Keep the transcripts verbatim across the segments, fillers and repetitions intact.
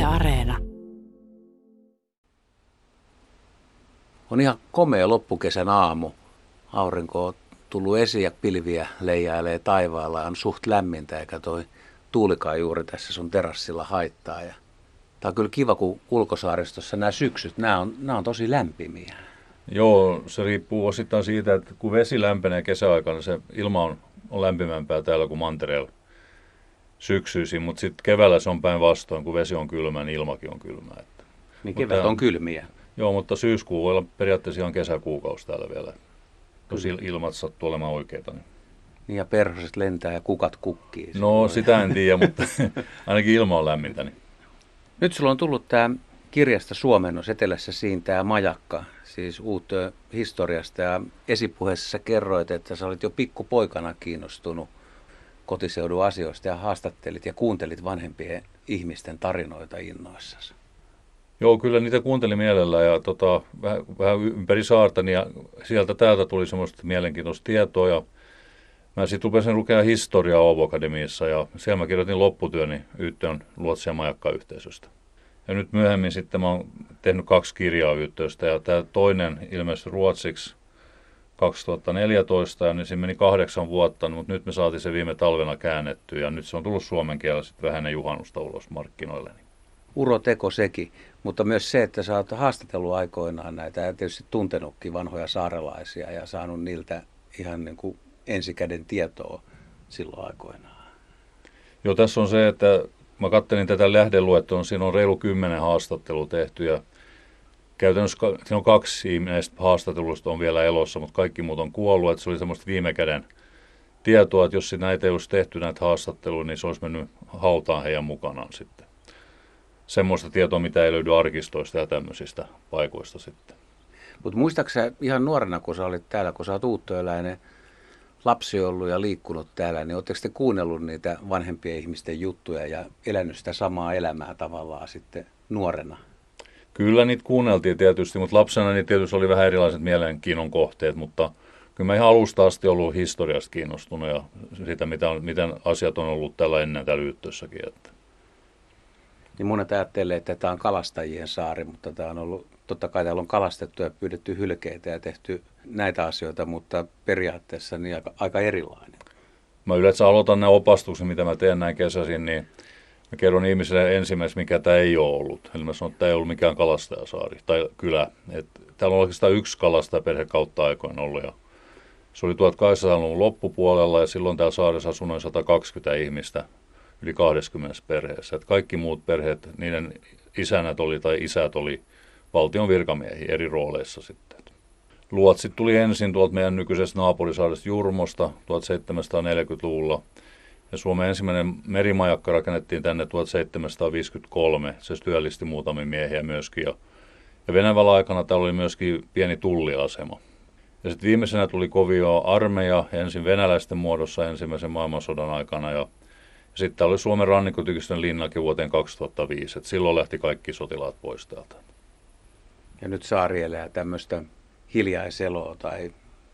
Areena. On ihan komea loppukesän aamu. Aurinko on tullut esiin ja pilviä leijailee taivaalla. On suht lämmintä eikä toi tuulikaan juuri tässä sun terassilla haittaa. Ja tää on kyllä kiva, kun ulkosaaristossa nämä syksyt, nämä on, nämä on tosi lämpimiä. Joo, se riippuu osittain siitä, että kun vesi lämpenee kesäaikana, se ilma on, on lämpimämpää täällä kuin mantereella syksyisin, mutta sitten keväällä se on päinvastoin, kun vesi on kylmä, niin ilmakin on kylmää. Että. Niin kevät on kylmiä. Joo, mutta syyskuu voi olla periaatteessa ihan kesäkuukausi täällä vielä, jos ilmat sattuu olemaan oikeita. Niin. Niin ja perhoset lentää ja kukat kukkii. No sitä en tiedä, mutta ainakin ilma on lämmintä. Niin. Nyt sulla on tullut tämä kirjasta Suomennos, etelässä siintää majakka, siis uutta historiasta. Ja esipuheessa sä kerroit, että sä olit jo pikkupoikana kiinnostunut kotiseudun asioista ja haastattelit ja kuuntelit vanhempien ihmisten tarinoita innoissasi. Joo, kyllä niitä kuuntelin mielellä ja tota, vähän, vähän ympäri saartani ja sieltä täältä tuli semmoista mielenkiintoista tietoa. Ja mä sitten rupesin lukemaan historiaa Åbo Akademiassa ja siellä mä kirjoitin lopputyöni Yyttöön Luotsi- ja majakka-yhteisöstä. Ja nyt myöhemmin sitten mä oon tehnyt kaksi kirjaa Yyttööstä ja tämä toinen ilmestyi ruotsiksi kaksituhattaneljätoista ja niin siinä meni kahdeksan vuotta, mutta nyt me saatiin se viime talvena käännetty ja nyt se on tullut suomen kielellä sitten vähän ennen juhannusta ulos markkinoille. Uroteko sekin, mutta myös se, että sä oot haastatellut aikoinaan näitä ja tietysti tuntenutkin vanhoja saarelaisia ja saanut niiltä ihan niin kuin ensikäden tietoa silloin aikoinaan. Joo, tässä on se, että mä katselin tätä lähdeluettelua, siinä on reilu kymmenen haastattelua tehty ja käytännössä siinä on kaksi näistä haastatteluista on vielä elossa, mutta kaikki muut on kuollut, että se oli semmoista viime käden tietoa, että jos näitä ei olisi tehty näitä haastatteluja, niin se olisi mennyt hautaan heidän mukanaan sitten. Semmoista tietoa, mitä ei löydy arkistoista ja tämmöisistä paikoista sitten. Mutta muistaaksä sä ihan nuorena, kun sä olit täällä, kun sä oot uuttoeläinen lapsi ollut ja liikkunut täällä, niin ootteko te kuunnellut niitä vanhempien ihmisten juttuja ja elänyt sitä samaa elämää tavallaan sitten nuorena? Kyllä niitä kuunneltiin tietysti, mutta lapsena niin tietysti oli vähän erilaiset mielenkiinnon kohteet, mutta kyllä mä ihan alusta asti ollut historiasta kiinnostunut ja siitä, mitä on, miten asiat on ollut tällä ennen täällä Yyttössäkin. Että. Niin monet ajattelee, että tämä on kalastajien saari, mutta tämä on ollut, totta kai täällä on kalastettu ja pyydetty hylkeitä ja tehty näitä asioita, mutta periaatteessa niin aika, aika erilainen. Mä yleensä aloitan nämä opastukset, mitä mä teen näin kesäisin, niin mä kerron ihmisille ensimmäisenä, mikä tämä ei ole ollut. Eli mä sanon, että tämä ei ollut mikään kalastajasaari tai kylä. Et täällä on oikeastaan yksi kalastajaperhe kautta aikoina ollut. Ja se oli tuhatkahdeksansataaluvun loppupuolella ja silloin täällä saaressa asui noin sata kaksikymmentä ihmistä yli kaksikymmentä perheessä. Et kaikki muut perheet, niiden isänät oli tai isät oli valtion virkamiehiä eri rooleissa sitten. Luotsit tuli ensin tuolta meidän nykyisestä naapurisaaresta Jurmosta tuhatseitsemänsataaneljäkymmentäluvulla. Ja Suomen ensimmäinen merimajakka rakennettiin tänne tuhatseitsemänsataaviisikymmentäkolme. Se työllisti muutamia miehiä myöskin. Ja, ja Venäjällä aikana täällä oli myöskin pieni tulliasema. Ja sitten viimeisenä tuli kovio armeija, ensin venäläisten muodossa ensimmäisen maailmansodan aikana. Ja, ja sitten täällä oli Suomen rannikkotykistön linnakin vuoteen kaksituhattaviisi. Et silloin lähti kaikki sotilaat pois täältä. Ja nyt saari elää tämmöistä hiljaiseloa tai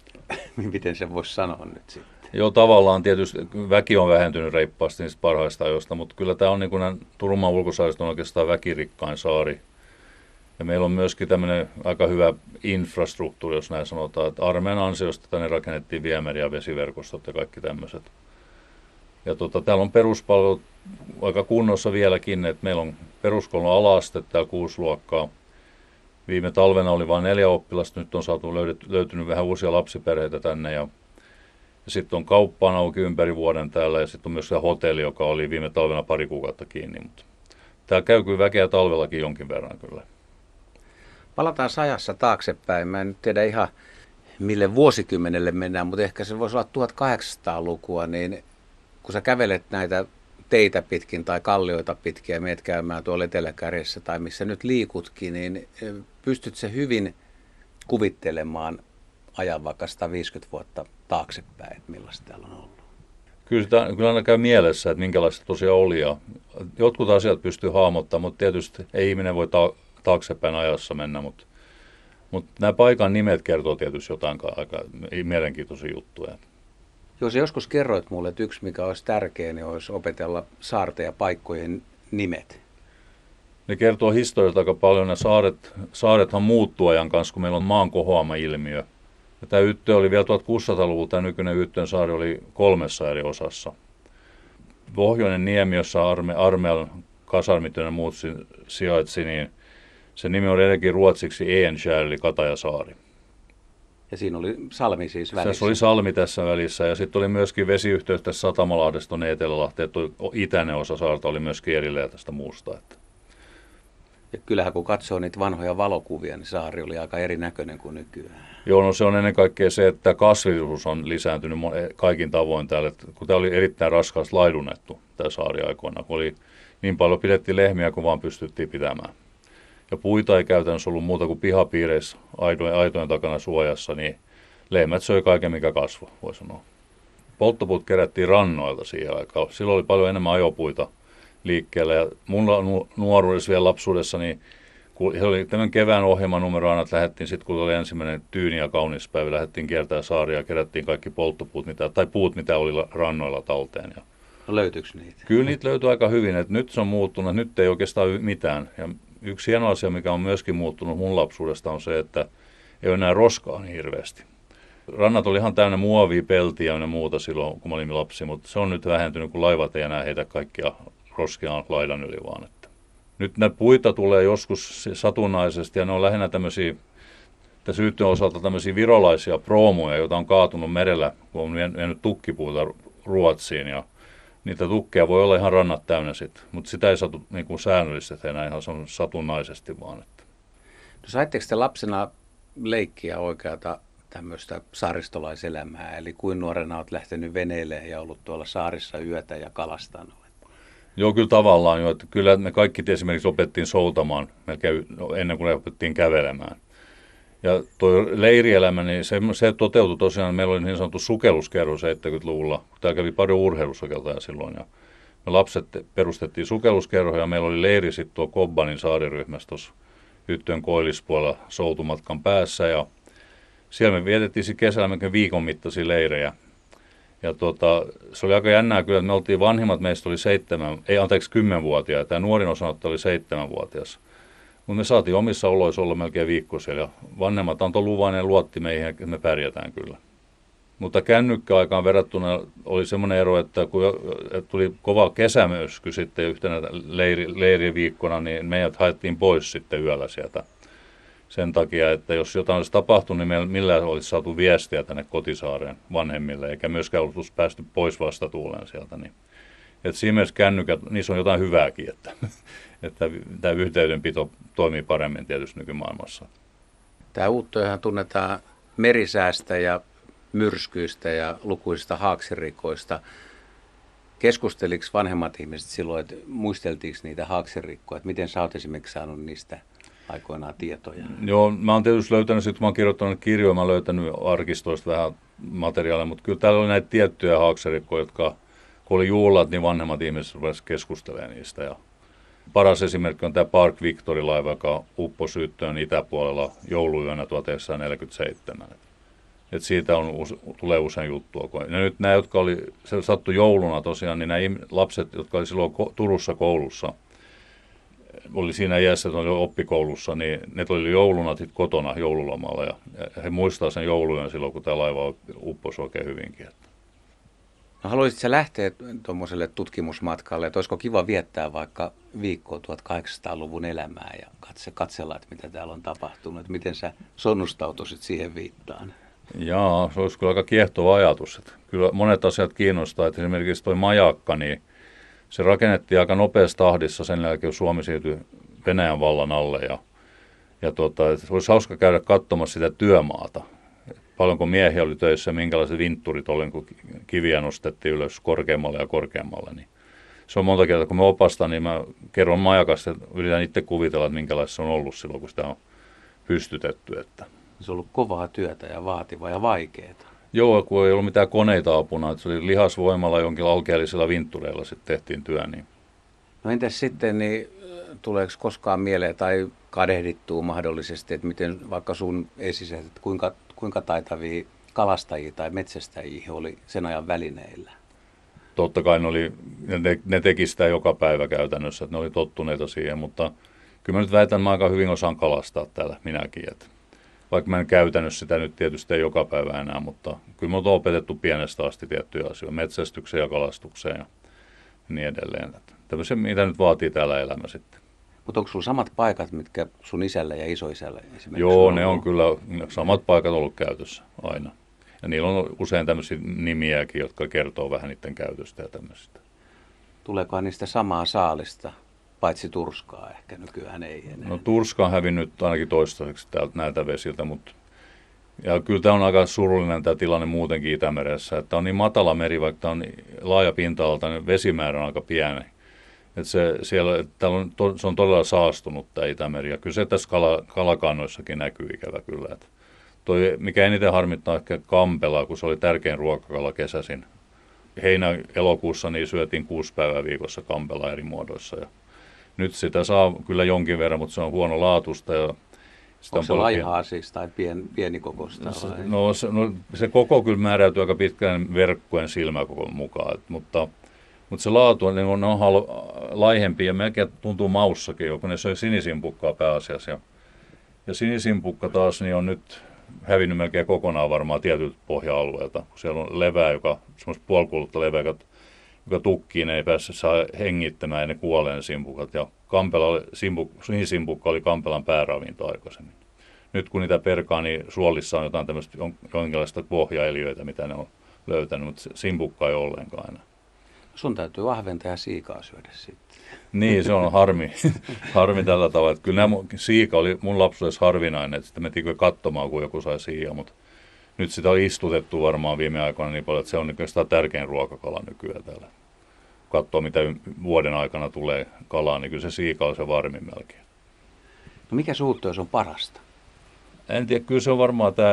miten se voisi sanoa nyt sitten. Joo, tavallaan tietysti väki on vähentynyt reippaasti niistä parhaista ajoista, mutta kyllä tämä on niin kuin Turunmaan ulkosaarista on oikeastaan väkirikkain saari. Ja meillä on myöskin tämmöinen aika hyvä infrastruktuuri, jos näin sanotaan, että armeijan ansiosta tänne rakennettiin viemäri- ja vesiverkostot ja kaikki tämmöiset. Ja tota, täällä on peruspalvelut aika kunnossa vieläkin, että meillä on peruskoulun ala-aste täällä kuusi luokkaa. Viime talvena oli vain neljä oppilasta, nyt on saatu löydet, löytynyt vähän uusia lapsiperheitä tänne ja Ja sitten on kauppaan auki ympäri vuoden täällä ja sitten on myös se hotelli, joka oli viime talvena pari kuukautta kiinni. Mutta täällä käy kyllä väkeä talvellakin jonkin verran kyllä. Palataan ajassa taaksepäin. Mä en nyt tiedä ihan mille vuosikymmenelle mennään, mutta ehkä se voisi olla tuhatkahdeksansataalukua. Niin kun sä kävelet näitä teitä pitkin tai kallioita pitkin ja meet käymään tuolla Eteläkärjessä tai missä nyt liikutkin, niin pystyt sä hyvin kuvittelemaan ajan vaikka sata viisikymmentä vuotta taaksepäin, että millaista täällä on ollut? Kyllä, sitä, kyllä aina käy mielessä, että minkälaista tosiaan oli. Ja jotkut asiat pystyy hahmottamaan, mutta tietysti ei ihminen voi ta- taaksepäin ajassa mennä. Mutta, mutta nämä paikan nimet kertoo tietysti jotain aika mielenkiintoisia juttuja. Jos joskus kerroit mulle, että yksi mikä olisi tärkeä, niin olisi opetella saarten ja paikkojen nimet. Ne kertoo historiasta aika paljon. Ne saaret, saarethan muuttuu ajan kanssa, kun meillä on maan kohoama ilmiö. Ja tämä Yttö oli vielä tuhatkuusisataaluvulla, tämä nykyinen Yttön saari oli kolmessa eri osassa. Pohjoinen niemi, jossa Arme, Armel, kasarmit ja muut sijaitsi, niin se nimi oli edelleenkin ruotsiksi Eensjär, eli Katajasaari. Ja siinä oli salmi siis välissä. Tässä oli salmi tässä välissä ja sitten oli myöskin vesiyhteys tässä Satamalahdesta tuonne Etelälahteen. Itäinen osa saarta oli myöskin erillään tästä muusta. Että. Ja kyllähän kun katsoo niitä vanhoja valokuvia, niin saari oli aika erinäköinen kuin nykyään. Joo, no se on ennen kaikkea se, että kasvillisuus on lisääntynyt kaikin tavoin täällä. Että kun tämä oli erittäin raskaasti laidunnettu, tämä saari aikoina, kun oli niin paljon pidettiin lehmiä, kuin vaan pystyttiin pitämään. Ja puita ei käytännössä ollut muuta kuin pihapiireissä aitojen, aitojen takana suojassa, niin lehmät söi kaiken, mikä kasvoi, voi sanoa. Polttopuut kerättiin rannoilta siihen aikaan. Silloin oli paljon enemmän ajopuita liikkeellä. Ja mun nuoruudessa vielä lapsuudessa, niin kun se oli tämän kevään ohjelmanumero aina, että lähdettiin sitten, kun oli ensimmäinen tyyni ja kaunis päivä, lähdettiin kiertämään saaria ja kerättiin kaikki polttopuut, mitä, tai puut, mitä oli rannoilla talteen. Ja no löytyykö niitä? Kyllä niitä löytyi aika hyvin, että nyt se on muuttunut, että nyt ei oikeastaan mitään. Ja yksi hieno asia, mikä on myöskin muuttunut mun lapsuudesta, on se, että ei ole enää roskaa niin hirveästi. Rannat oli ihan täynnä muovia, peltiä ja muuta silloin, kun mä olin lapsi, mutta se on nyt vähentynyt, kun laivat ei enää heitä kaikkia roskia laidan yli vaan. Että. Nyt näitä puita tulee joskus satunnaisesti ja ne on lähinnä tämmöisiä, tässä Yttön osalta tämmöisiä virolaisia proomoja, joita on kaatunut merellä, kun on vienyt tukkipuuta Ruotsiin ja niitä tukkeja voi olla ihan rannat täynnä sitten, mutta sitä ei satu niin kuin säännöllisesti enää ihan satunnaisesti vaan. Että. No saitteko te lapsena leikkiä oikeata tämmöistä saaristolaiselämää, eli kuin nuorena olet lähtenyt veneille ja ollut tuolla saarissa yötä ja kalastanut? Joo, kyllä tavallaan jo, että kyllä me kaikki esimerkiksi opettiin soutamaan melkein ennen kuin opettiin kävelemään. Ja tuo leirielämä, niin se, se toteutui tosiaan, meillä oli niin sanottu sukelluskerho seitsemänkymmentäluvulla, kun täällä kävi paljon urheilusukeltaja silloin. Ja me lapset perustettiin sukelluskerhoja ja meillä oli leiri sitten tuo Kobbanin saariryhmässä tuossa Yttön koillispuolella soutumatkan päässä. Ja siellä me vietettiin sitten kesällä melkein viikon mittaisia leirejä. Ja tota, se oli aika jännää kyllä, että me oltiin vanhimmat, meistä oli seitsemän, ei anteeksi kymmenvuotiaita, tämä nuorin osanotto oli seitsemänvuotias. Mutta me saatiin omissa oloissa olla melkein viikko siellä ja vanhemmat antoi luvan ja luotti meihin, että me pärjätään kyllä. Mutta kännykkäaikaan verrattuna oli semmoinen ero, että kun tuli kova kesämöysky sitten yhtenä leiri, leiriviikkona, niin meidät haettiin pois sitten yöllä sieltä. Sen takia, että jos jotain olisi tapahtunut, niin meillä millään olisi saatu viestiä tänne kotisaareen vanhemmille, eikä myöskään olisi päästy pois vastatuuleen sieltä. Niin. Että siinä mielessä kännykät, niissä on jotain hyvääkin, että, että tämä yhteydenpito toimii paremmin tietysti nykymaailmassa. Tämä Uuttöhän tunnetaan merisäästä ja myrskyistä ja lukuisista haaksirikoista. Keskusteliko vanhemmat ihmiset silloin, että muisteltiinko niitä haaksirikkoja, että miten sä oot esimerkiksi saanut niistä aikoinaan tietoja? Joo, mä oon tietysti löytänyt, sit kun mä oon kirjoittanut kirjoja, mä oon löytänyt arkistoista vähän materiaalia, mutta kyllä täällä oli näitä tiettyjä haaksirikkoja, jotka kun oli juhlat, niin vanhemmat ihmiset rupesivat keskustelemaan niistä. Ja paras esimerkki on tämä Park Victory-laiva, joka upposi Yttöön itäpuolella jouluyönä tuhatyhdeksänsataaneljäkymmentäseitsemän. Et siitä on, tulee usein juttua. Ja nyt nämä, jotka oli, se sattui jouluna tosiaan, niin nämä lapset, jotka oli silloin Turussa koulussa, oli siinä iässä, että oli oppikoulussa, niin ne oli jouluna sitten kotona joululomalla. Ja he muistavat sen jouluyön silloin, kun tämä laiva upposi oikein hyvinkin. No haluaisitko sä lähteä tuommoiselle tutkimusmatkalle, että olisiko kiva viettää vaikka viikkoa tuhatkahdeksansataaluvun elämää ja katse, katsella, että mitä täällä on tapahtunut, että miten sä sonnustautuisit siihen viittaan? Jaa, se olisi kyllä aika kiehtova ajatus. Että kyllä monet asiat kiinnostaa, että esimerkiksi tuo majakka, niin se rakennettiin aika nopeassa tahdissa sen jälkeen, kun Suomi siirtyi Venäjän vallan alle. Ja, ja tuota, että olisi hauska käydä katsomassa sitä työmaata. Paljonko miehiä oli töissä, minkälaiset vintturit oli, kun kiviä nostettiin ylös korkeammalle ja korkeammalle. Niin se on monta kertaa, kun me opastan, niin mä kerron majakasta, että yritän itse kuvitella, että minkälaista se on ollut silloin, kun sitä on pystytetty. Että. Se on ollut kovaa työtä ja vaativaa ja vaikeaa. Joo, kun ei ollut mitään koneita apuna, että se oli lihasvoimalla jonkin alkeellisilla vinttureilla sitten tehtiin työ. Niin. No entäs sitten, niin tuleeko koskaan mieleen tai kadehdittuu mahdollisesti, että miten vaikka sun esiset, että kuinka, kuinka taitavia kalastajia tai metsästäjiä he oli sen ajan välineillä? Totta kai ne, oli, ne, ne teki sitä joka päivä käytännössä, että ne oli tottuneita siihen, mutta kyllä mä nyt väitän, että mä aika hyvin osaan kalastaa täällä minäkin. Että vaikka mä en käytänyt sitä nyt tietysti ei joka päivä enää, mutta kyllä mä oon opetettu pienestä asti tiettyjä asioita, metsästykseen ja kalastukseen ja niin edelleen. Tämmöisiä, mitä nyt vaatii täällä elämä sitten. Mutta onko sulla samat paikat, mitkä sun isällä ja isoisällä esimerkiksi? Joo, ne on kyllä samat paikat ollut käytössä aina. Ja niillä on usein tämmöisiä nimiäkin, jotka kertoo vähän niiden käytöstä ja tämmöisistä. Tuleekohan niistä samaa saalista, paitsi turskaa ehkä nykyään ei enää? No turska on hävinnyt ainakin toistaiseksi täältä näiltä vesiltä, mutta ja kyllä tämä on aika surullinen tämä tilanne muutenkin Itämeressä, että on niin matala meri, vaikka tämä on niin laaja pinta-alta, niin vesimäärä on aika pieni. Että se, siellä, että on, se on todella saastunut tämä Itämeri, ja kyllä se tässä kala, kalakannoissakin näkyy ikävä kyllä. Että toi, mikä eniten harmittaa ehkä kampelaa, kun se oli tärkein ruokakala kesäisin. Heinä-elokuussa niin syötiin kuusi päivää viikossa kampelaa eri muodoissa. Ja nyt sitä saa kyllä jonkin verran, mutta se on huono laatusta. Ja onko se laihaa siis tai pien, pienikokoista? No, no, se, no se koko kyllä määräytyy aika pitkään verkkojen silmäkokon mukaan, et, mutta, mutta se laatu niin on, ne on halu, laihempi ja melkein tuntuu maussakin jo, kun ne söi sinisimpukkaa pääasiassa. Ja, ja sinisimpukka taas niin on nyt hävinnyt melkein kokonaan varmaan tietyltä pohja-alueelta, kun siellä on levää, joka, semmoista puolikulutta levää, joka, joka tukkii, ne ei pääse saa hengittämään ja ne kuolee ne simpukat. Ja Kampela, simpuk, sinisimpukka oli Kampelan pääravinto aikaisemmin. Nyt kun niitä perkaa, niin suolissa on jotain tämmöistä jonkinlaista pohjaeliöitä, mitä ne on löytänyt, mutta simpukka ei ollenkaan enää. Sun täytyy ahventa ja siikaa syödä sitten. Niin, se on harmi, harmi tällä tavalla. Että kyllä nämä, siika oli mun lapsuudessa harvinainen, että sitten mentiin katsomaan, kun joku sai siiaa, mutta nyt sitä on istutettu varmaan viime aikoina niin paljon, että se on sitä tärkein ruokakala nykyään täällä. Katsoo, mitä vuoden aikana tulee kalaa, niin kyllä se siika on se varmin melkein. No mikä suutteus on parasta? En tiedä, kyllä se on varmaan tämä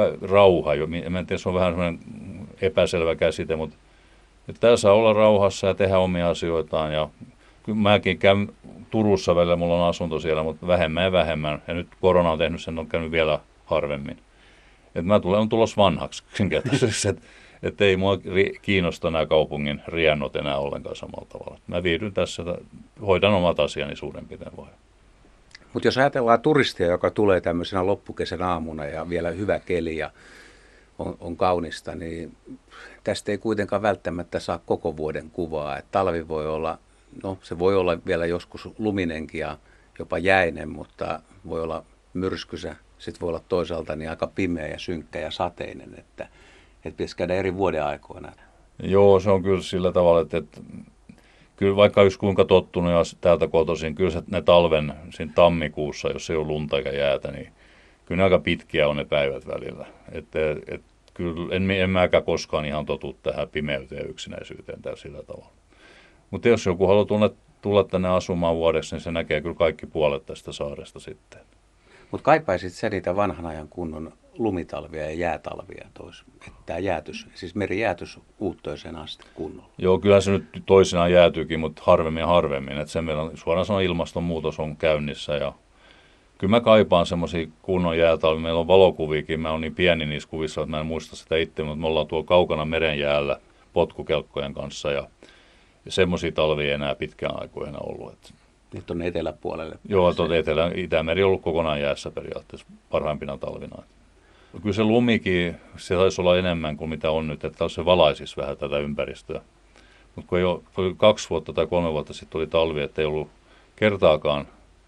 rauha jo. En tiedä, se on vähän sellainen epäselvä käsite, mutta täällä saa olla rauhassa ja tehdä omia asioitaan. Ja kyllä mäkin käyn Turussa välillä, mulla on asunto siellä, mutta vähemmän ja vähemmän. Ja nyt korona on tehnyt sen, on käynyt vielä harvemmin. Et mä tulen, on tulossa vanhaksi yksinkertaisesti, että et ei mua kiinnosta nämä kaupungin riennot enää ollenkaan samalla tavalla. Mä viihdyn tässä, hoidan omat asiani suurin piirtein voi. Mutta jos ajatellaan turistia, joka tulee tämmöisenä loppukesän aamuna ja vielä hyvä keli ja on, on kaunista, niin tästä ei kuitenkaan välttämättä saa koko vuoden kuvaa. Et talvi voi olla, no se voi olla vielä joskus luminenkin ja jopa jäinen, mutta voi olla myrskysä. Sitten voi olla toisaalta niin aika pimeä ja synkkä ja sateinen, että, että pitäisi käydä eri vuodenaikoina. Joo, se on kyllä sillä tavalla, että, että kyllä vaikka olisi kuinka tottunut ja täältä kotoisin, kyllä se, ne talven siinä tammikuussa, jos ei ole lunta eikä jäätä, niin kyllä ne aika pitkiä on ne päivät välillä. Että, et, kyllä en, en mäkään koskaan ihan totu tähän pimeyteen ja yksinäisyyteen täällä sillä tavalla. Mutta jos joku haluaa tulla, tulla tänne asumaan vuodeksi, niin se näkee kyllä kaikki puolet tästä saaresta sitten. Mutta kaipaisit sä niitä vanhan ajan kunnon lumitalvia ja jäätalvia, tois, että tämä jäätys, siis merijäätys uuttoiseen asti kunnolla? Joo, kyllä se nyt toisinaan jäätyykin, mutta harvemmin ja harvemmin. Että sen verran suoraan sanoen ilmastonmuutos on käynnissä ja kyllä mä kaipaan semmoisia kunnon jäätalvia. Meillä on valokuviakin, mä oon niin pieni niissä kuvissa, että mä en muista sitä itse, mutta me ollaan tuolla kaukana meren jäällä potkukelkkojen kanssa ja semmoisia talvia ei enää pitkään aikoina ollut. Että nyt tuonne eteläpuolelle. Joo, tuota etelä, Itämeri on ollut kokonaan jäässä periaatteessa parhaimpina talvina. Kyllä se lumikin, se taisi olla enemmän kuin mitä on nyt, että se valaisisi vähän tätä ympäristöä. Mutta kun ei ole, kaksi vuotta tai kolme vuotta sitten oli talvi, että ei ollut kertaakaan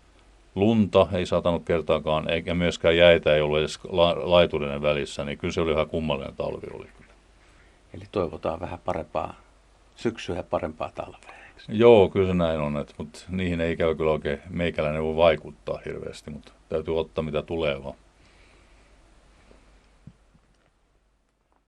lunta, ei saatanut kertaakaan, eikä myöskään jäitä ei ollut edes la, laitureiden välissä, niin kyllä se oli ihan kummallinen talvi oli kyllä. Eli toivotaan vähän parempaa syksyä ja parempaa talvea. Joo, kyllä se näin on, että, mutta niihin ei käy kyllä oikein meikäläinen voi vaikuttaa hirveästi, mutta täytyy ottaa mitä tulee vaan.